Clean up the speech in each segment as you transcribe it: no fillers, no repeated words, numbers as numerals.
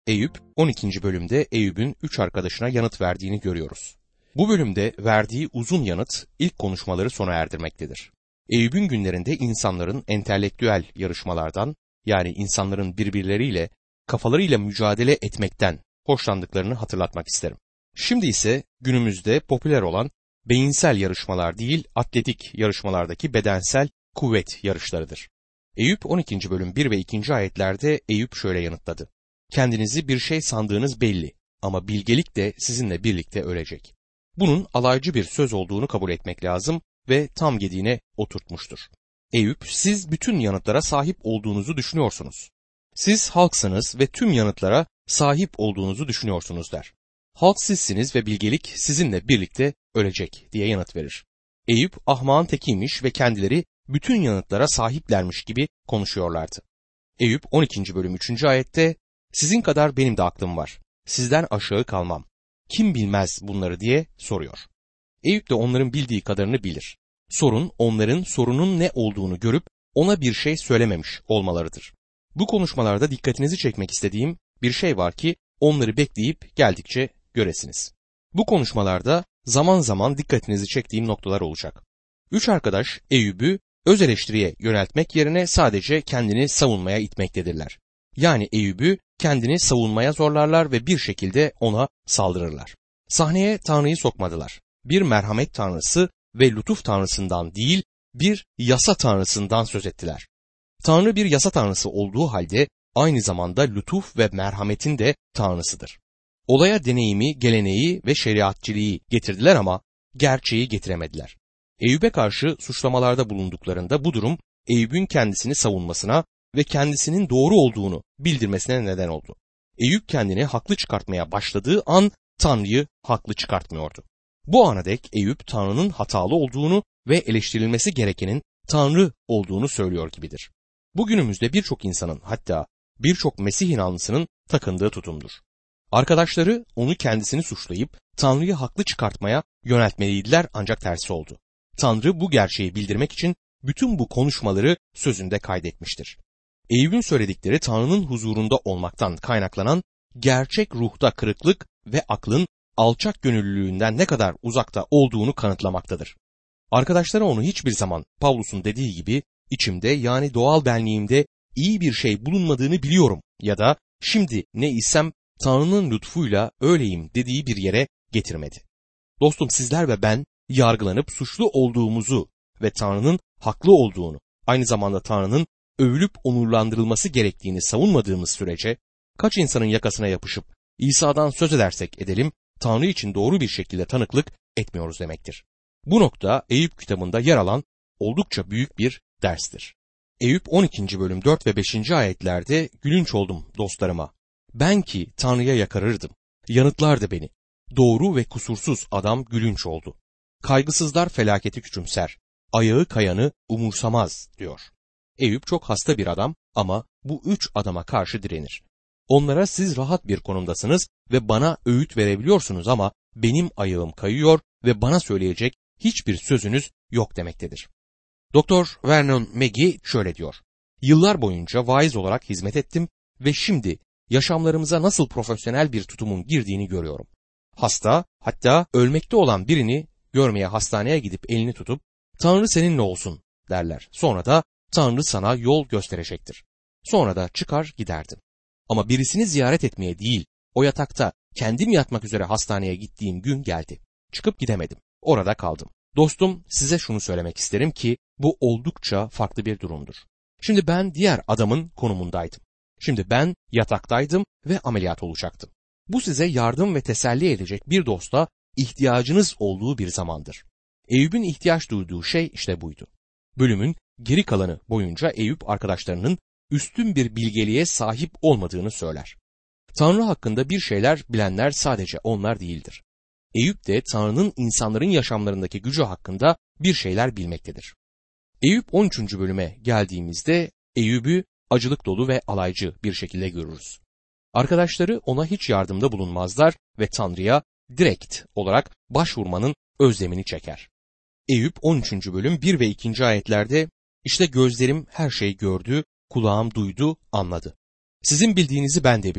Eyüp 12. bölümde Eyüp'ün 3 arkadaşına yanıt verdiğini görüyoruz. Bu bölümde verdiği uzun yanıt ilk konuşmaları sona erdirmektedir. Eyüp'ün günlerinde insanların entelektüel yarışmalardan, yani insanların birbirleriyle, kafalarıyla mücadele etmekten hoşlandıklarını hatırlatmak isterim. Şimdi ise günümüzde popüler olan beyinsel yarışmalar değil, atletik yarışmalardaki bedensel kuvvet yarışlarıdır. Eyüp 12. bölüm 1 ve 2. ayetlerde Eyüp şöyle yanıtladı. Kendinizi bir şey sandığınız belli ama bilgelik de sizinle birlikte ölecek. Bunun alaycı bir söz olduğunu kabul etmek lazım ve tam gediğine oturtmuştur. Eyüp, siz bütün yanıtlara sahip olduğunuzu düşünüyorsunuz. Siz halksınız ve tüm yanıtlara sahip olduğunuzu düşünüyorsunuz der. Halk sizsiniz ve bilgelik sizinle birlikte ölecek diye yanıt verir. Eyüp ahmağın tekiymiş ve kendileri bütün yanıtlara sahiplermiş gibi konuşuyorlardı. Eyüp 12. bölüm 3. ayette sizin kadar benim de aklım var. Sizden aşağı kalmam. Kim bilmez bunları diye soruyor. Eyüp de onların bildiği kadarını bilir. Sorun onların sorunun ne olduğunu görüp ona bir şey söylememiş olmalarıdır. Bu konuşmalarda dikkatinizi çekmek istediğim bir şey var ki onları bekleyip geldikçe göresiniz. Bu konuşmalarda zaman zaman dikkatinizi çektiğim noktalar olacak. 3 arkadaş Eyüp'ü öz eleştiriye yöneltmek yerine sadece kendini savunmaya itmektedirler. Yani Eyüp'ü kendini savunmaya zorlarlar ve bir şekilde ona saldırırlar. Sahneye Tanrı'yı sokmadılar. Bir merhamet tanrısı ve lütuf tanrısından değil, bir yasa tanrısından söz ettiler. Tanrı bir yasa tanrısı olduğu halde aynı zamanda lütuf ve merhametin de tanrısıdır. Olaya deneyimi, geleneği ve şeriatçiliği getirdiler ama gerçeği getiremediler. Eyüp'e karşı suçlamalarda bulunduklarında bu durum Eyüp'ün kendisini savunmasına ve kendisinin doğru olduğunu bildirmesine neden oldu. Eyüp kendini haklı çıkartmaya başladığı an Tanrı'yı haklı çıkartmıyordu. Bu ana dek Eyüp Tanrı'nın hatalı olduğunu ve eleştirilmesi gerekenin Tanrı olduğunu söylüyor gibidir. Bugünümüzde birçok insanın, hatta birçok Mesih inanlısının takındığı tutumdur. Arkadaşları onu kendisini suçlayıp Tanrı'yı haklı çıkartmaya yöneltmeliydiler ancak tersi oldu. Tanrı bu gerçeği bildirmek için bütün bu konuşmaları sözünde kaydetmiştir. Eyüp'ün söyledikleri Tanrı'nın huzurunda olmaktan kaynaklanan gerçek ruhta kırıklık ve aklın alçak gönüllülüğünden ne kadar uzakta olduğunu kanıtlamaktadır. Arkadaşları onu hiçbir zaman Pavlus'un dediği gibi içimde, yani doğal benliğimde iyi bir şey bulunmadığını biliyorum ya da şimdi ne isem Tanrı'nın lütfuyla öyleyim dediği bir yere getirmedi. Dostum, sizler ve ben yargılanıp suçlu olduğumuzu ve Tanrı'nın haklı olduğunu, aynı zamanda Tanrı'nın övülüp onurlandırılması gerektiğini savunmadığımız sürece kaç insanın yakasına yapışıp İsa'dan söz edersek edelim Tanrı için doğru bir şekilde tanıklık etmiyoruz demektir. Bu nokta Eyüp kitabında yer alan oldukça büyük bir derstir. Eyüp 12. bölüm 4 ve 5. ayetlerde gülünç oldum dostlarıma. Ben ki Tanrı'ya yakarırdım. Yanıtlardı beni. Doğru ve kusursuz adam gülünç oldu. Kaygısızlar felaketi küçümser. Ayağı kayanı umursamaz diyor. Eyüp çok hasta bir adam ama bu 3 adama karşı direnir. Onlara siz rahat bir konumdasınız ve bana öğüt verebiliyorsunuz ama benim ayağım kayıyor ve bana söyleyecek hiçbir sözünüz yok demektedir. Doktor Vernon McGee şöyle diyor. Yıllar boyunca vaiz olarak hizmet ettim ve şimdi yaşamlarımıza nasıl profesyonel bir tutumun girdiğini görüyorum. Hasta, hatta ölmekte olan birini görmeye hastaneye gidip elini tutup Tanrı seninle olsun derler. Sonra da Tanrı sana yol gösterecektir. Sonra da çıkar giderdim. Ama birisini ziyaret etmeye değil, o yatakta kendim yatmak üzere hastaneye gittiğim gün geldi. Çıkıp gidemedim. Orada kaldım. Dostum, size şunu söylemek isterim ki bu oldukça farklı bir durumdur. Şimdi ben diğer adamın konumundaydım. Şimdi ben yataktaydım ve ameliyat olacaktım. Bu size yardım ve teselli edecek bir dosta ihtiyacınız olduğu bir zamandır. Eyüp'ün ihtiyaç duyduğu şey işte buydu. Bölümün geri kalanı boyunca Eyüp arkadaşlarının üstün bir bilgeliğe sahip olmadığını söyler. Tanrı hakkında bir şeyler bilenler sadece onlar değildir. Eyüp de Tanrı'nın insanların yaşamlarındaki gücü hakkında bir şeyler bilmektedir. Eyüp 13. bölüme geldiğimizde Eyüp'ü acılık dolu ve alaycı bir şekilde görürüz. Arkadaşları ona hiç yardımda bulunmazlar ve Tanrı'ya direkt olarak başvurmanın özlemini çeker. Eyüp 13. bölüm 1 ve 2. ayetlerde işte gözlerim her şeyi gördü, kulağım duydu, anladı. Sizin bildiğinizi ben de biliyorum.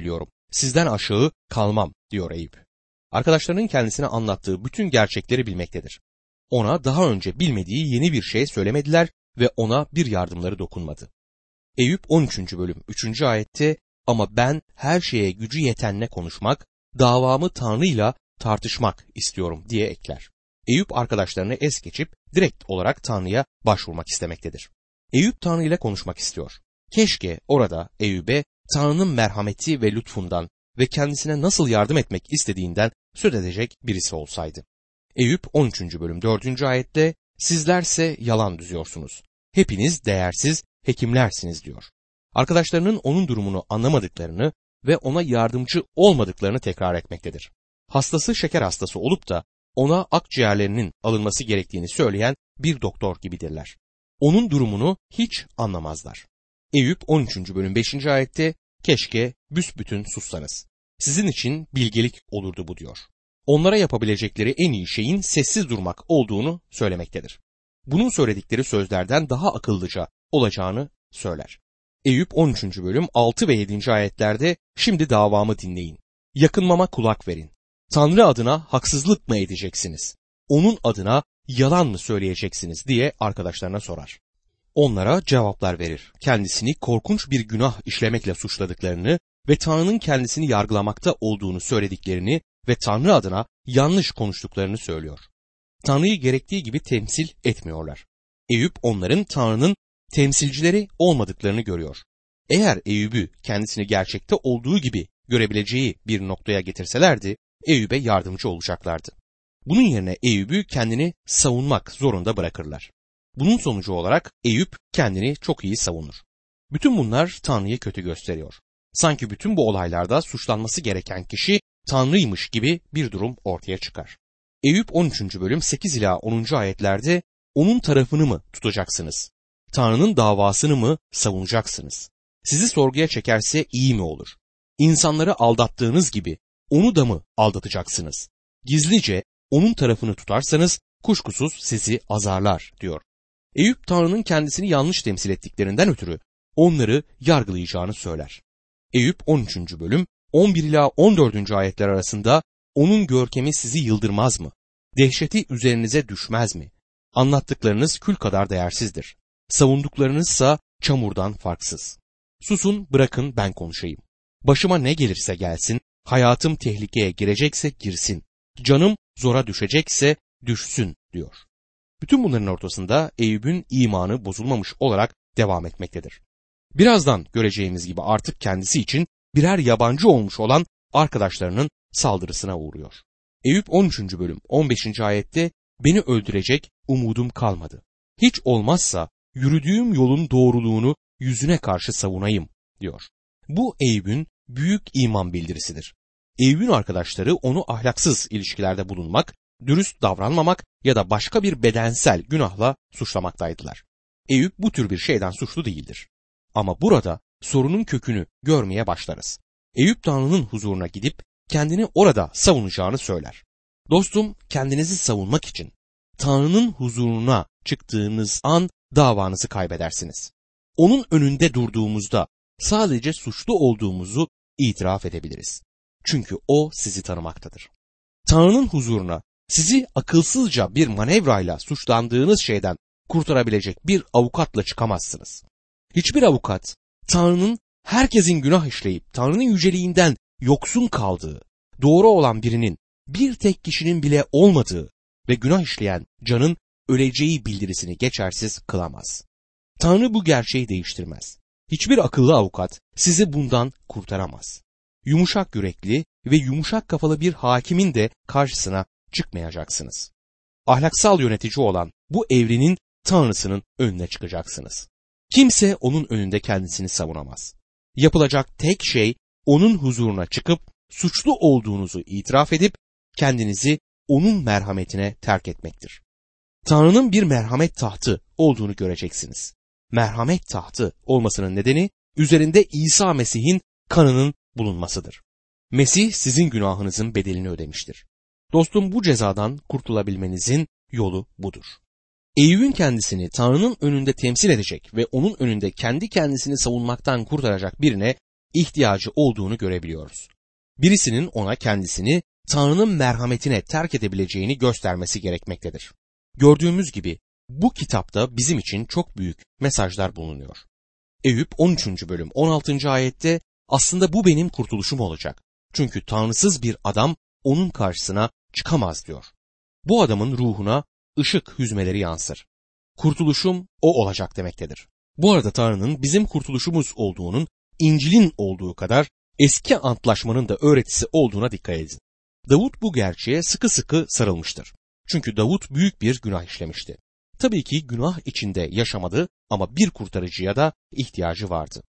sizden aşağı kalmam diyor Eyüp. Arkadaşlarının kendisine anlattığı bütün gerçekleri bilmektedir. Ona daha önce bilmediği yeni bir şey söylemediler ve ona bir yardımları dokunmadı. Eyüp 13. bölüm 3. ayette ama ben her şeye gücü yetenle konuşmak, davamı Tanrı'yla tartışmak istiyorum diye ekler. Eyüp arkadaşlarını es geçip direkt olarak Tanrı'ya başvurmak istemektedir. Eyüp Tanrı ile konuşmak istiyor. Keşke orada Eyüp'e Tanrı'nın merhameti ve lütfundan ve kendisine nasıl yardım etmek istediğinden söz edecek birisi olsaydı. Eyüp 13. bölüm 4. ayette sizlerse yalan düzüyorsunuz. Hepiniz değersiz hekimlersiniz diyor. Arkadaşlarının onun durumunu anlamadıklarını ve ona yardımcı olmadıklarını tekrar etmektedir. Hastası şeker hastası olup da ona akciğerlerinin alınması gerektiğini söyleyen bir doktor gibidirler. Onun durumunu hiç anlamazlar. Eyüp 13. bölüm 5. ayette keşke büsbütün sussanız. Sizin için bilgelik olurdu bu diyor. Onlara yapabilecekleri en iyi şeyin sessiz durmak olduğunu söylemektedir. Bunun söyledikleri sözlerden daha akıllıca olacağını söyler. Eyüp 13. bölüm 6 ve 7. ayetlerde şimdi davamı dinleyin. Yakınmama kulak verin. Tanrı adına haksızlık mı edeceksiniz? Onun adına yalan mı söyleyeceksiniz diye arkadaşlarına sorar. Onlara cevaplar verir. Kendisini korkunç bir günah işlemekle suçladıklarını ve Tanrı'nın kendisini yargılamakta olduğunu söylediklerini ve Tanrı adına yanlış konuştuklarını söylüyor. Tanrı'yı gerektiği gibi temsil etmiyorlar. Eyüp onların Tanrı'nın temsilcileri olmadıklarını görüyor. Eğer Eyüp'ü kendisini gerçekte olduğu gibi görebileceği bir noktaya getirselerdi, Eyüp'e yardımcı olacaklardı. Bunun yerine Eyüp'ü kendini savunmak zorunda bırakırlar. Bunun sonucu olarak Eyüp kendini çok iyi savunur. Bütün bunlar Tanrı'yı kötü gösteriyor. Sanki bütün bu olaylarda suçlanması gereken kişi Tanrı'ymış gibi bir durum ortaya çıkar. Eyüp 13. bölüm 8 ila 10. ayetlerde onun tarafını mı tutacaksınız? Tanrı'nın davasını mı savunacaksınız? Sizi sorguya çekerse iyi mi olur? İnsanları aldattığınız gibi onu da mı aldatacaksınız? Gizlice onun tarafını tutarsanız kuşkusuz sizi azarlar diyor. Eyüp Tanrı'nın kendisini yanlış temsil ettiklerinden ötürü onları yargılayacağını söyler. Eyüp 13. bölüm 11 ila 14. ayetler arasında onun görkemi sizi yıldırmaz mı? Dehşeti üzerinize düşmez mi? Anlattıklarınız kül kadar değersizdir. Savunduklarınızsa çamurdan farksız. Susun, bırakın ben konuşayım. Başıma ne gelirse gelsin, hayatım tehlikeye girecekse girsin. Canım zora düşecekse düşsün diyor. Bütün bunların ortasında Eyüp'ün imanı bozulmamış olarak devam etmektedir. Birazdan göreceğimiz gibi artık kendisi için birer yabancı olmuş olan arkadaşlarının saldırısına uğruyor. Eyüp 13. bölüm 15. ayette beni öldürecek umudum kalmadı. Hiç olmazsa yürüdüğüm yolun doğruluğunu yüzüne karşı savunayım diyor. Bu Eyüp'ün büyük iman bildirisidir. Eyüp'ün arkadaşları onu ahlaksız ilişkilerde bulunmak, dürüst davranmamak ya da başka bir bedensel günahla suçlamaktaydılar. Eyüp bu tür bir şeyden suçlu değildir. Ama burada sorunun kökünü görmeye başlarız. Eyüp Tanrı'nın huzuruna gidip kendini orada savunacağını söyler. Dostum, kendinizi savunmak için Tanrı'nın huzuruna çıktığınız an davanızı kaybedersiniz. Onun önünde durduğumuzda sadece suçlu olduğumuzu itiraf edebiliriz. Çünkü o sizi tanımaktadır. Tanrı'nın huzuruna sizi akılsızca bir manevrayla suçlandığınız şeyden kurtarabilecek bir avukatla çıkamazsınız. Hiçbir avukat Tanrı'nın herkesin günah işleyip Tanrı'nın yüceliğinden yoksun kaldığı, doğru olan birinin bir tek kişinin bile olmadığı ve günah işleyen canın öleceği bildirisini geçersiz kılamaz. Tanrı bu gerçeği değiştirmez. Hiçbir akıllı avukat sizi bundan kurtaramaz. Yumuşak yürekli ve yumuşak kafalı bir hakimin de karşısına çıkmayacaksınız. Ahlaksal yönetici olan bu evrenin Tanrısının önüne çıkacaksınız. Kimse onun önünde kendisini savunamaz. Yapılacak tek şey onun huzuruna çıkıp suçlu olduğunuzu itiraf edip kendinizi onun merhametine terk etmektir. Tanrı'nın bir merhamet tahtı olduğunu göreceksiniz. Merhamet tahtı olmasının nedeni üzerinde İsa Mesih'in kanının bulunmasıdır. Mesih sizin günahınızın bedelini ödemiştir. Dostum, bu cezadan kurtulabilmenizin yolu budur. Eyüp'ün kendisini Tanrı'nın önünde temsil edecek ve onun önünde kendi kendisini savunmaktan kurtaracak birine ihtiyacı olduğunu görebiliyoruz. Birisinin ona kendisini Tanrı'nın merhametine terk edebileceğini göstermesi gerekmektedir. Gördüğümüz gibi bu kitapta bizim için çok büyük mesajlar bulunuyor. Eyüp 13. bölüm 16. ayette aslında bu benim kurtuluşum olacak. Çünkü tanrısız bir adam onun karşısına çıkamaz diyor. Bu adamın ruhuna ışık hüzmeleri yansır. Kurtuluşum o olacak demektedir. Bu arada Tanrı'nın bizim kurtuluşumuz olduğunun İncil'in olduğu kadar eski antlaşmanın da öğretisi olduğuna dikkat edin. Davut bu gerçeğe sıkı sıkı sarılmıştır. Çünkü Davut büyük bir günah işlemişti. Tabii ki günah içinde yaşamadı ama bir kurtarıcıya da ihtiyacı vardı.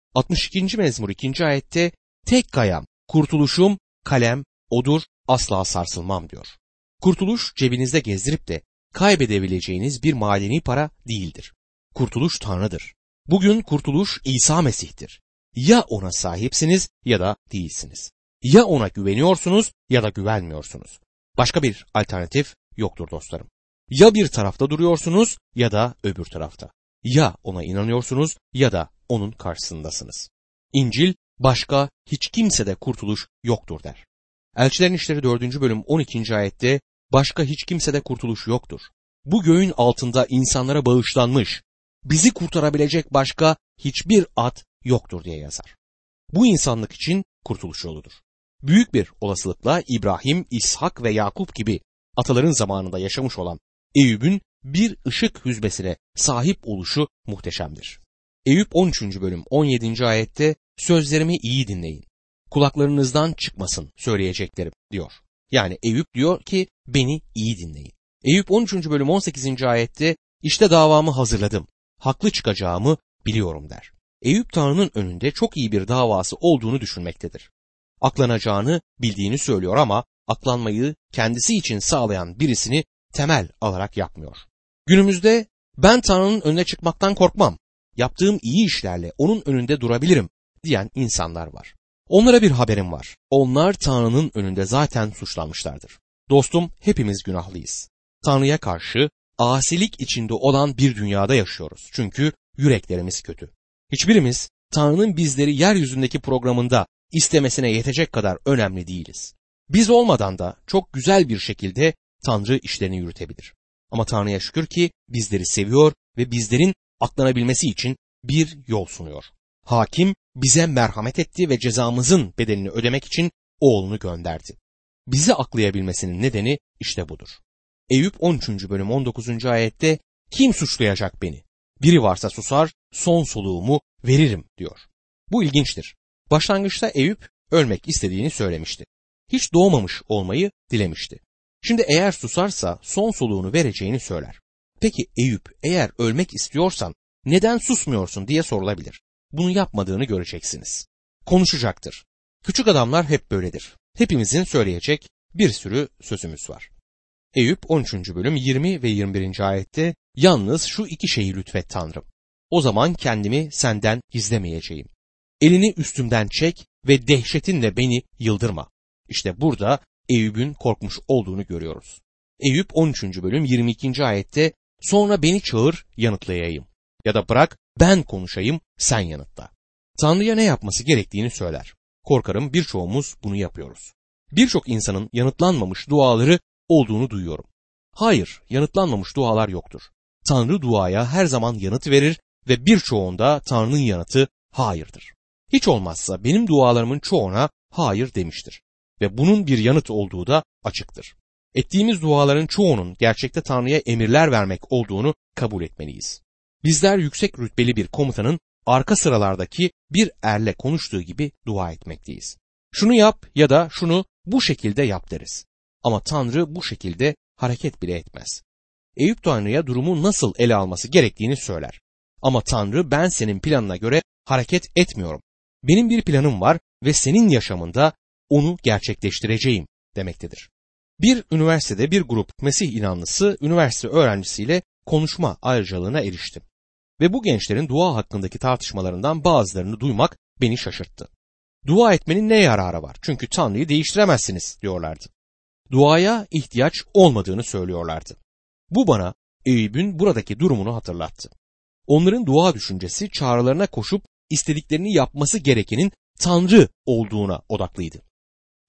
62. mezmur 2. ayette tek kayam, kurtuluşum, kalem, odur, asla sarsılmam diyor. Kurtuluş cebinizde gezdirip de kaybedebileceğiniz bir madeni para değildir. Kurtuluş Tanrı'dır. Bugün kurtuluş İsa Mesih'tir. Ya ona sahipsiniz ya da değilsiniz. Ya ona güveniyorsunuz ya da güvenmiyorsunuz. Başka bir alternatif yoktur dostlarım. Ya bir tarafta duruyorsunuz ya da öbür tarafta. Ya ona inanıyorsunuz ya da onun karşısındasınız. İncil başka hiç kimsede kurtuluş yoktur der. Elçilerin İşleri 4. bölüm 12. ayette başka hiç kimsede kurtuluş yoktur. Bu göğün altında insanlara bağışlanmış, bizi kurtarabilecek başka hiçbir ad yoktur diye yazar. Bu insanlık için kurtuluş yoludur. Büyük bir olasılıkla İbrahim, İshak ve Yakup gibi ataların zamanında yaşamış olan Eyüp'ün bir ışık hüzmesine sahip oluşu muhteşemdir. Eyüp 13. bölüm 17. ayette sözlerimi iyi dinleyin. Kulaklarınızdan çıkmasın söyleyeceklerim diyor. Yani Eyüp diyor ki beni iyi dinleyin. Eyüp 13. bölüm 18. ayette işte davamı hazırladım. Haklı çıkacağımı biliyorum der. Eyüp Tanrı'nın önünde çok iyi bir davası olduğunu düşünmektedir. Aklanacağını bildiğini söylüyor ama aklanmayı kendisi için sağlayan birisini temel alarak yapmıyor. Günümüzde ben Tanrı'nın önüne çıkmaktan korkmam, yaptığım iyi işlerle onun önünde durabilirim diyen insanlar var. Onlara bir haberim var. Onlar Tanrı'nın önünde zaten suçlanmışlardır. Dostum hepimiz günahlıyız. Tanrı'ya karşı asilik içinde olan bir dünyada yaşıyoruz. Çünkü yüreklerimiz kötü. Hiçbirimiz Tanrı'nın bizleri yeryüzündeki programında istemesine yetecek kadar önemli değiliz. Biz olmadan da çok güzel bir şekilde Tanrı işlerini yürütebilir. Ama Tanrı'ya şükür ki bizleri seviyor ve bizlerin aklanabilmesi için bir yol sunuyor. Hakim bize merhamet etti ve cezamızın bedelini ödemek için oğlunu gönderdi. Bizi aklayabilmesinin nedeni işte budur. Eyüp 13. bölüm 19. ayette kim suçlayacak beni? Biri varsa susar, son soluğumu veririm diyor. Bu ilginçtir. Başlangıçta Eyüp ölmek istediğini söylemişti. Hiç doğmamış olmayı dilemişti. Şimdi eğer susarsa son soluğunu vereceğini söyler. Peki Eyüp eğer ölmek istiyorsan neden susmuyorsun diye sorulabilir. Bunu yapmadığını göreceksiniz. Konuşacaktır. Küçük adamlar hep böyledir. Hepimizin söyleyecek bir sürü sözümüz var. Eyüp 13. bölüm 20 ve 21. ayette yalnız şu iki şeyi lütfet Tanrım. O zaman kendimi senden gizlemeyeceğim. Elini üstümden çek ve dehşetinle beni yıldırma. İşte burada Eyüp'ün korkmuş olduğunu görüyoruz. Eyüp 13. bölüm 22. ayette sonra beni çağır yanıtlayayım ya da bırak ben konuşayım sen yanıtla. Tanrı'ya ne yapması gerektiğini söyler. Korkarım birçoğumuz bunu yapıyoruz. Birçok insanın yanıtlanmamış duaları olduğunu duyuyorum. Hayır, yanıtlanmamış dualar yoktur. Tanrı duaya her zaman yanıt verir ve birçoğunda Tanrı'nın yanıtı hayırdır. Hiç olmazsa benim dualarımın çoğuna hayır demiştir. Ve bunun bir yanıt olduğu da açıktır. Ettiğimiz duaların çoğunun gerçekte Tanrı'ya emirler vermek olduğunu kabul etmeliyiz. Bizler yüksek rütbeli bir komutanın arka sıralardaki bir erle konuştuğu gibi dua etmekteyiz. Şunu yap ya da şunu bu şekilde yap deriz. Ama Tanrı bu şekilde hareket bile etmez. Eyüp Tanrı'ya durumu nasıl ele alması gerektiğini söyler. Ama Tanrı ben senin planına göre hareket etmiyorum. Benim bir planım var ve senin yaşamında onu gerçekleştireceğim demektedir. Bir üniversitede bir grup Mesih inanlısı üniversite öğrencisiyle konuşma ayrıcalığına eriştim. Ve bu gençlerin dua hakkındaki tartışmalarından bazılarını duymak beni şaşırttı. Dua etmenin ne yararı var? Çünkü Tanrı'yı değiştiremezsiniz diyorlardı. Duaya ihtiyaç olmadığını söylüyorlardı. Bu bana Eyüp'ün buradaki durumunu hatırlattı. Onların dua düşüncesi çağrılarına koşup istediklerini yapması gerekenin Tanrı olduğuna odaklıydı.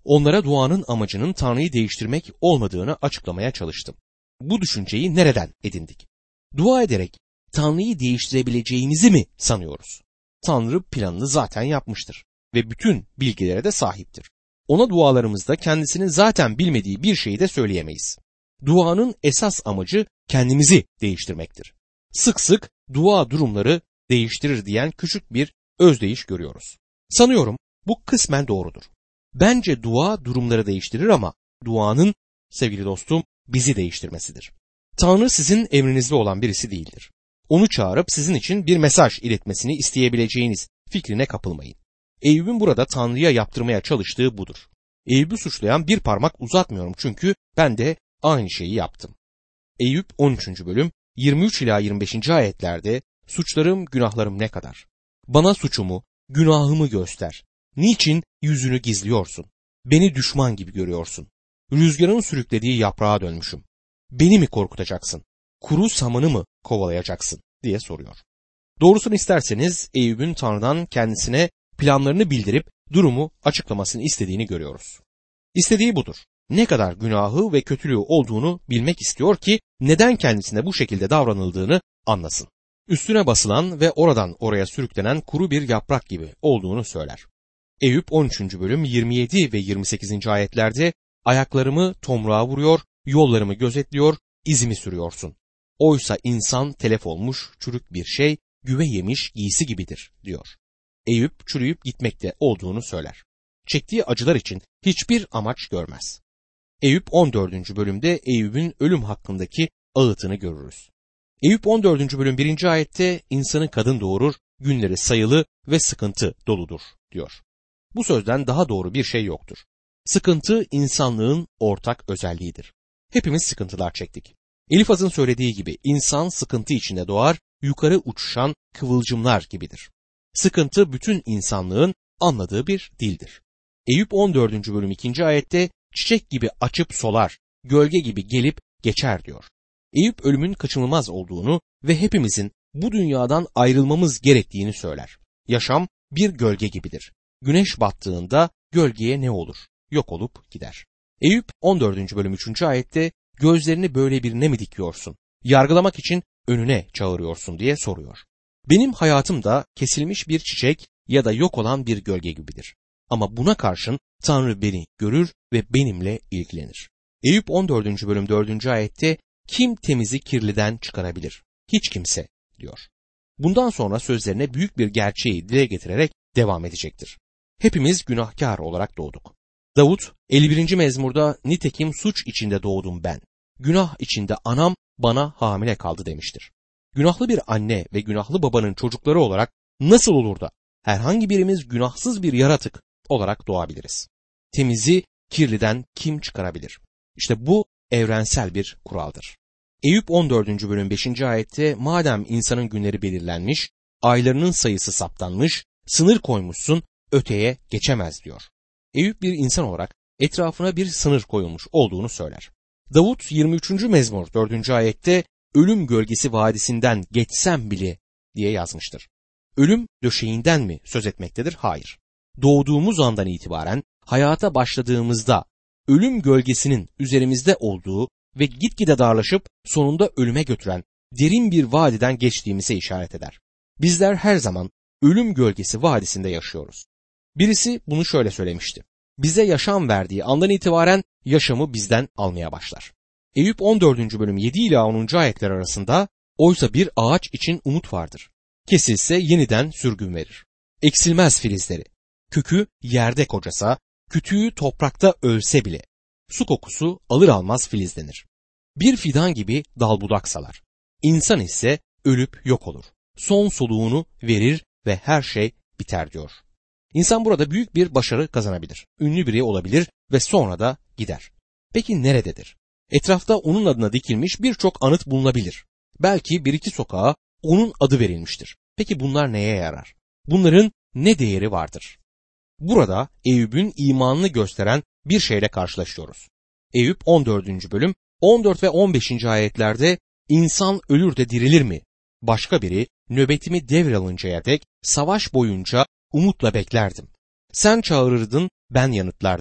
Onlara duanın amacının Tanrı'yı değiştirmek olmadığını açıklamaya çalıştım. Bu düşünceyi nereden edindik? Dua ederek Tanrı'yı değiştirebileceğimizi mi sanıyoruz? Tanrı planını zaten yapmıştır ve bütün bilgilere de sahiptir. Ona dualarımızda kendisinin zaten bilmediği bir şeyi de söyleyemeyiz. Duanın esas amacı kendimizi değiştirmektir. Sık sık dua durumları değiştirir diyen küçük bir özdeyiş görüyoruz. Sanıyorum bu kısmen doğrudur. Bence dua durumları değiştirir ama duanın, sevgili dostum, bizi değiştirmesidir. Tanrı sizin emrinizde olan birisi değildir. Onu çağırıp sizin için bir mesaj iletmesini isteyebileceğiniz fikrine kapılmayın. Eyüp'ün burada Tanrı'ya yaptırmaya çalıştığı budur. Eyüp'ü suçlayan bir parmak uzatmıyorum çünkü ben de aynı şeyi yaptım. Eyüp 13. bölüm 23 ila 25. ayetlerde suçlarım, günahlarım ne kadar? Bana suçumu, günahımı göster. Niçin yüzünü gizliyorsun? Beni düşman gibi görüyorsun. Rüzgarın sürüklediği yaprağa dönmüşüm. Beni mi korkutacaksın? Kuru samanı mı kovalayacaksın? diye soruyor. Doğrusunu isterseniz Eyüp'ün Tanrı'dan kendisine planlarını bildirip durumu açıklamasını istediğini görüyoruz. İstediği budur. Ne kadar günahı ve kötülüğü olduğunu bilmek istiyor ki neden kendisine bu şekilde davranıldığını anlasın. Üstüne basılan ve oradan oraya sürüklenen kuru bir yaprak gibi olduğunu söyler. Eyüp 13. bölüm 27 ve 28. ayetlerde ayaklarımı tomruğa vuruyor, yollarımı gözetliyor, izimi sürüyorsun. Oysa insan telef olmuş, çürük bir şey, güve yemiş giysi gibidir diyor. Eyüp çürüyüp gitmekte olduğunu söyler. Çektiği acılar için hiçbir amaç görmez. Eyüp 14. bölümde Eyüp'ün ölüm hakkındaki ağıtını görürüz. Eyüp 14. bölüm 1. ayette insanı kadın doğurur, günleri sayılı ve sıkıntı doludur diyor. Bu sözden daha doğru bir şey yoktur. Sıkıntı insanlığın ortak özelliğidir. Hepimiz sıkıntılar çektik. Elifaz'ın söylediği gibi insan sıkıntı içinde doğar, yukarı uçuşan kıvılcımlar gibidir. Sıkıntı bütün insanlığın anladığı bir dildir. Eyüp 14. bölüm 2. ayette çiçek gibi açıp solar, gölge gibi gelip geçer diyor. Eyüp ölümün kaçınılmaz olduğunu ve hepimizin bu dünyadan ayrılmamız gerektiğini söyler. Yaşam bir gölge gibidir. Güneş battığında gölgeye ne olur? Yok olup gider. Eyüp 14. bölüm 3. ayette gözlerini böyle birine mi dikiyorsun? Yargılamak için önüne çağırıyorsun diye soruyor. Benim hayatım da kesilmiş bir çiçek ya da yok olan bir gölge gibidir. Ama buna karşın Tanrı beni görür ve benimle ilgilenir. Eyüp 14. bölüm 4. ayette kim temizi kirliden çıkarabilir? Hiç kimse diyor. Bundan sonra sözlerine büyük bir gerçeği dile getirerek devam edecektir. Hepimiz günahkar olarak doğduk. Davut 51. mezmurda nitekim suç içinde doğdum ben. Günah içinde anam bana hamile kaldı demiştir. Günahlı bir anne ve günahlı babanın çocukları olarak nasıl olur da herhangi birimiz günahsız bir yaratık olarak doğabiliriz? Temizi kirliden kim çıkarabilir? İşte bu evrensel bir kuraldır. Eyüp 14. bölüm 5. ayette madem insanın günleri belirlenmiş, aylarının sayısı saptanmış, sınır koymuşsun, öteye geçemez diyor. Eyüp bir insan olarak etrafına bir sınır koyulmuş olduğunu söyler. Davut 23. mezmur 4. ayette ölüm gölgesi vadisinden geçsem bile diye yazmıştır. Ölüm döşeğinden mi söz etmektedir? Hayır. Doğduğumuz andan itibaren hayata başladığımızda ölüm gölgesinin üzerimizde olduğu ve gitgide darlaşıp sonunda ölüme götüren derin bir vadiden geçtiğimize işaret eder. Bizler her zaman ölüm gölgesi vadisinde yaşıyoruz. Birisi bunu şöyle söylemişti. Bize yaşam verdiği andan itibaren yaşamı bizden almaya başlar. Eyüp 14. bölüm 7 ila 10. ayetler arasında oysa bir ağaç için umut vardır. Kesilse yeniden sürgün verir. Eksilmez filizleri. Kökü yerde kocasa, kütüğü toprakta ölse bile su kokusu alır almaz filizlenir. Bir fidan gibi dal budak salar. İnsan ise ölüp yok olur. Son soluğunu verir ve her şey biter diyor. İnsan burada büyük bir başarı kazanabilir. Ünlü biri olabilir ve sonra da gider. Peki nerededir? Etrafta onun adına dikilmiş birçok anıt bulunabilir. Belki bir iki sokağa onun adı verilmiştir. Peki bunlar neye yarar? Bunların ne değeri vardır? Burada Eyüp'ün imanını gösteren bir şeyle karşılaşıyoruz. Eyüp 14. bölüm 14 ve 15. ayetlerde insan ölür de dirilir mi? Başka biri nöbetimi devralıncaya dek savaş boyunca umutla beklerdim. Sen çağırırdın, ben yanıtlardım.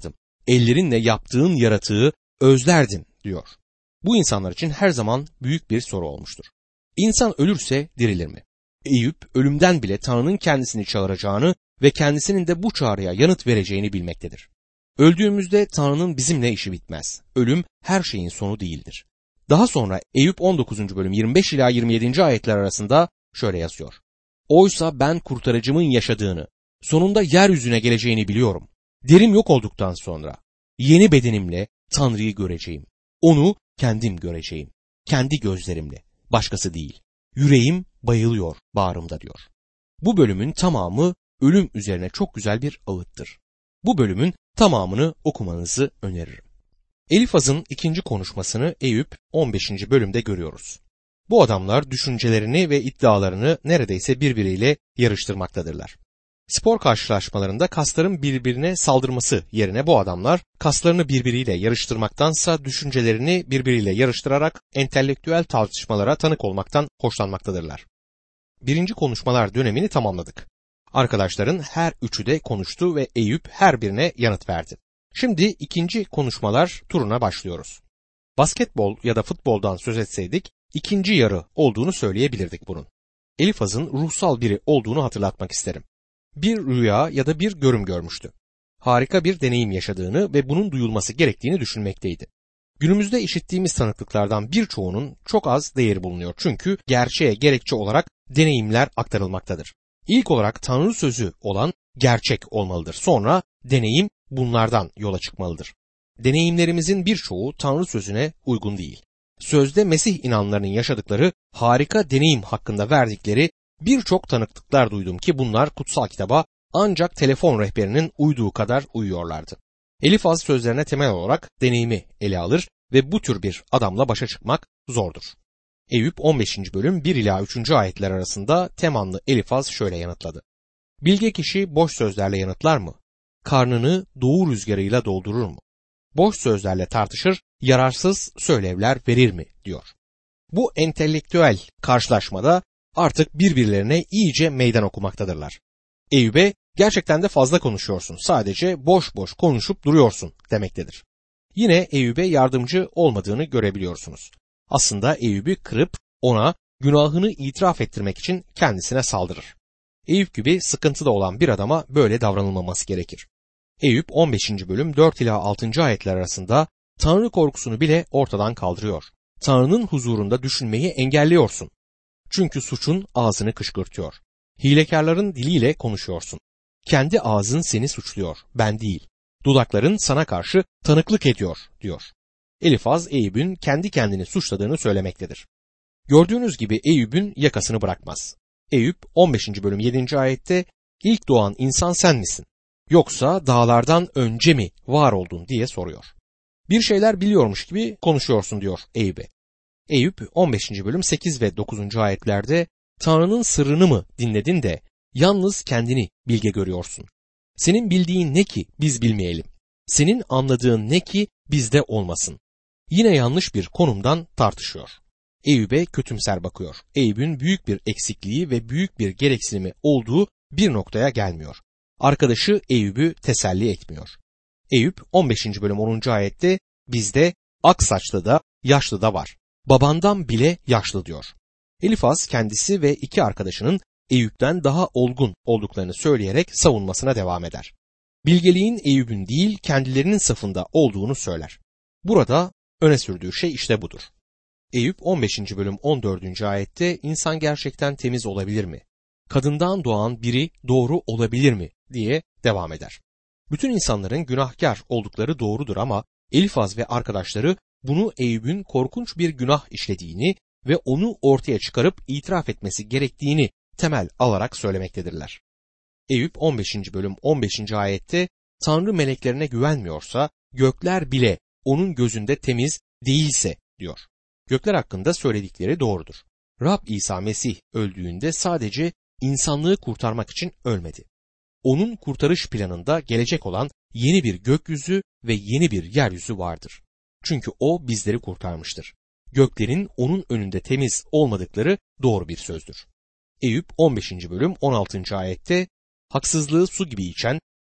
ellerinle yaptığın yaratığı özlerdin diyor. Bu insanlar için her zaman büyük bir soru olmuştur. İnsan ölürse dirilir mi? Eyüp ölümden bile Tanrı'nın kendisini çağıracağını ve kendisinin de bu çağrıya yanıt vereceğini bilmektedir. Öldüğümüzde Tanrı'nın bizimle işi bitmez. Ölüm her şeyin sonu değildir. Daha sonra Eyüp 19. bölüm 25 ila 27. ayetler arasında şöyle yazıyor. Oysa ben kurtarıcımın yaşadığını, sonunda yeryüzüne geleceğini biliyorum. Derim yok olduktan sonra yeni bedenimle Tanrı'yı göreceğim. Onu kendim göreceğim. Kendi gözlerimle. Başkası değil. Yüreğim bayılıyor bağrımda diyor. Bu bölümün tamamı ölüm üzerine çok güzel bir ağıttır. Bu bölümün tamamını okumanızı öneririm. Elifaz'ın ikinci konuşmasını Eyüp 15. bölümde görüyoruz. Bu adamlar düşüncelerini ve iddialarını neredeyse birbiriyle yarıştırmaktadırlar. Spor karşılaşmalarında kasların birbirine saldırması yerine bu adamlar kaslarını birbiriyle yarıştırmaktansa düşüncelerini birbiriyle yarıştırarak entelektüel tartışmalara tanık olmaktan hoşlanmaktadırlar. Birinci konuşmalar dönemini tamamladık. Arkadaşların her üçü de konuştu ve Eyüp her birine yanıt verdi. Şimdi ikinci konuşmalar turuna başlıyoruz. Basketbol ya da futboldan söz etseydik ikinci yarı olduğunu söyleyebilirdik bunun. Elifaz'ın ruhsal biri olduğunu hatırlatmak isterim. Bir rüya ya da bir görüm görmüştü. Harika bir deneyim yaşadığını ve bunun duyulması gerektiğini düşünmekteydi. Günümüzde işittiğimiz tanıklıklardan birçoğunun çok az değeri bulunuyor çünkü gerçeğe gerekçe olarak deneyimler aktarılmaktadır. İlk olarak Tanrı sözü olan gerçek olmalıdır. Sonra deneyim bunlardan yola çıkmalıdır. Deneyimlerimizin birçoğu Tanrı sözüne uygun değil. Sözde Mesih inanlarının yaşadıkları harika deneyim hakkında verdikleri birçok tanıklıklar duydum ki bunlar kutsal kitaba ancak telefon rehberinin uyduğu kadar uyuyorlardı. Elifaz sözlerine temel olarak deneyimi ele alır ve bu tür bir adamla başa çıkmak zordur. Eyüp 15. bölüm 1 ila 3. ayetler arasında Temanlı Elifaz şöyle yanıtladı. Bilge kişi boş sözlerle yanıtlar mı? Karnını doğu rüzgarıyla doldurur mu? Boş sözlerle tartışır, yararsız söylevler verir mi? diyor. Bu entelektüel karşılaşmada artık birbirlerine iyice meydan okumaktadırlar. Eyüp'e gerçekten de fazla konuşuyorsun, sadece boş boş konuşup duruyorsun demektedir. Yine Eyüp'e yardımcı olmadığını görebiliyorsunuz. Aslında Eyüp'ü kırıp ona günahını itiraf ettirmek için kendisine saldırır. Eyüp gibi sıkıntıda olan bir adama böyle davranılmaması gerekir. Eyüp 15. bölüm 4 ila 6. ayetler arasında Tanrı korkusunu bile ortadan kaldırıyor. Tanrı'nın huzurunda düşünmeyi engelliyorsun. Çünkü suçun ağzını kışkırtıyor. Hilekarların diliyle konuşuyorsun. Kendi ağzın seni suçluyor, ben değil. Dudakların sana karşı tanıklık ediyor, diyor. Elifaz Eyüp'ün kendi kendini suçladığını söylemektedir. Gördüğünüz gibi Eyüp'ün yakasını bırakmaz. Eyüp 15. bölüm 7. ayette ilk doğan insan sen misin? Yoksa dağlardan önce mi var oldun diye soruyor. Bir şeyler biliyormuş gibi konuşuyorsun diyor Eyüp'e. Eyüp 15. bölüm 8 ve 9. ayetlerde Tanrı'nın sırrını mı dinledin de yalnız kendini bilge görüyorsun? Senin bildiğin ne ki biz bilmeyelim? Senin anladığın ne ki bizde olmasın? Yine yanlış bir konumdan tartışıyor. Eyüp'e kötümser bakıyor. Eyüp'ün büyük bir eksikliği ve büyük bir gereksinimi olduğu bir noktaya gelmiyor. Arkadaşı Eyüp'ü teselli etmiyor. Eyüp 15. bölüm 10. ayette bizde ak saçlı da yaşlı da var. Babandan bile yaşlı diyor. Elifaz kendisi ve iki arkadaşının Eyüp'ten daha olgun olduklarını söyleyerek savunmasına devam eder. Bilgeliğin Eyüp'ün değil kendilerinin safında olduğunu söyler. Burada öne sürdüğü şey işte budur. Eyüp 15. bölüm 14. ayette insan gerçekten temiz olabilir mi? Kadından doğan biri doğru olabilir mi? diye devam eder. Bütün insanların günahkar oldukları doğrudur ama Elifaz ve arkadaşları bunu Eyüp'ün korkunç bir günah işlediğini ve onu ortaya çıkarıp itiraf etmesi gerektiğini temel alarak söylemektedirler. Eyüp 15. bölüm 15. ayette Tanrı meleklerine güvenmiyorsa gökler bile onun gözünde temiz değilse diyor. Gökler hakkında söyledikleri doğrudur. Rab İsa Mesih öldüğünde sadece insanlığı kurtarmak için ölmedi. Onun kurtarış planında gelecek olan yeni bir gökyüzü ve yeni bir yeryüzü vardır. Çünkü o bizleri kurtarmıştır. Göklerin onun önünde temiz olmadıkları doğru bir sözdür. Eyüp 15. bölüm 16. ayette haksızlığı su gibi içen,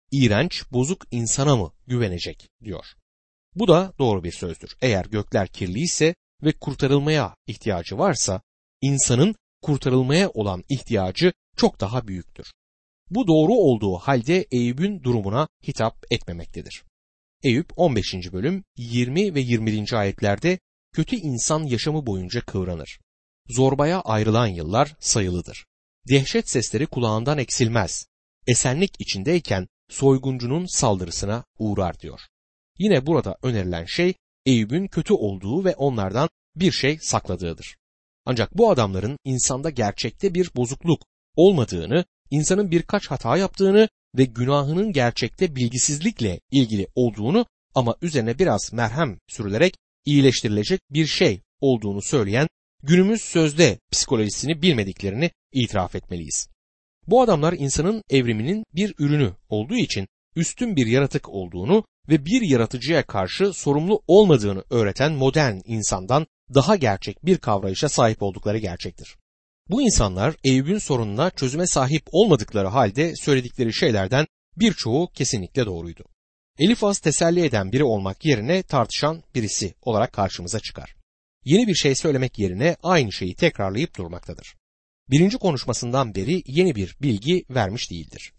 iğrenç, bozuk insana mı güvenecek diyor. Bu da doğru bir sözdür. Eğer gökler kirliyse ve kurtarılmaya ihtiyacı varsa, insanın kurtarılmaya olan ihtiyacı çok daha büyüktür. Bu doğru olduğu halde Eyüp'ün durumuna hitap etmemektedir. Eyüp 15. bölüm 20 ve 21. ayetlerde kötü insan yaşamı boyunca kıvranır. Zorbaya ayrılan yıllar sayılıdır. Dehşet sesleri kulağından eksilmez. Esenlik içindeyken soyguncunun saldırısına uğrar diyor. Yine burada önerilen şey Eyüp'ün kötü olduğu ve onlardan bir şey sakladığıdır. Ancak bu adamların insanda gerçekte bir bozukluk olmadığını, insanın birkaç hata yaptığını ve günahının gerçekte bilgisizlikle ilgili olduğunu ama üzerine biraz merhem sürülerek iyileştirilecek bir şey olduğunu söyleyen günümüz sözde psikolojisini bilmediklerini itiraf etmeliyiz. Bu adamlar insanın evriminin bir ürünü olduğu için üstün bir yaratık olduğunu ve bir yaratıcıya karşı sorumlu olmadığını öğreten modern insandan daha gerçek bir kavrayışa sahip oldukları gerçektir. Bu insanlar Eyüp'ün sorununa çözüme sahip olmadıkları halde söyledikleri şeylerden birçoğu kesinlikle doğruydu. Elifaz teselli eden biri olmak yerine tartışan birisi olarak karşımıza çıkar. Yeni bir şey söylemek yerine aynı şeyi tekrarlayıp durmaktadır. Birinci konuşmasından beri yeni bir bilgi vermiş değildir.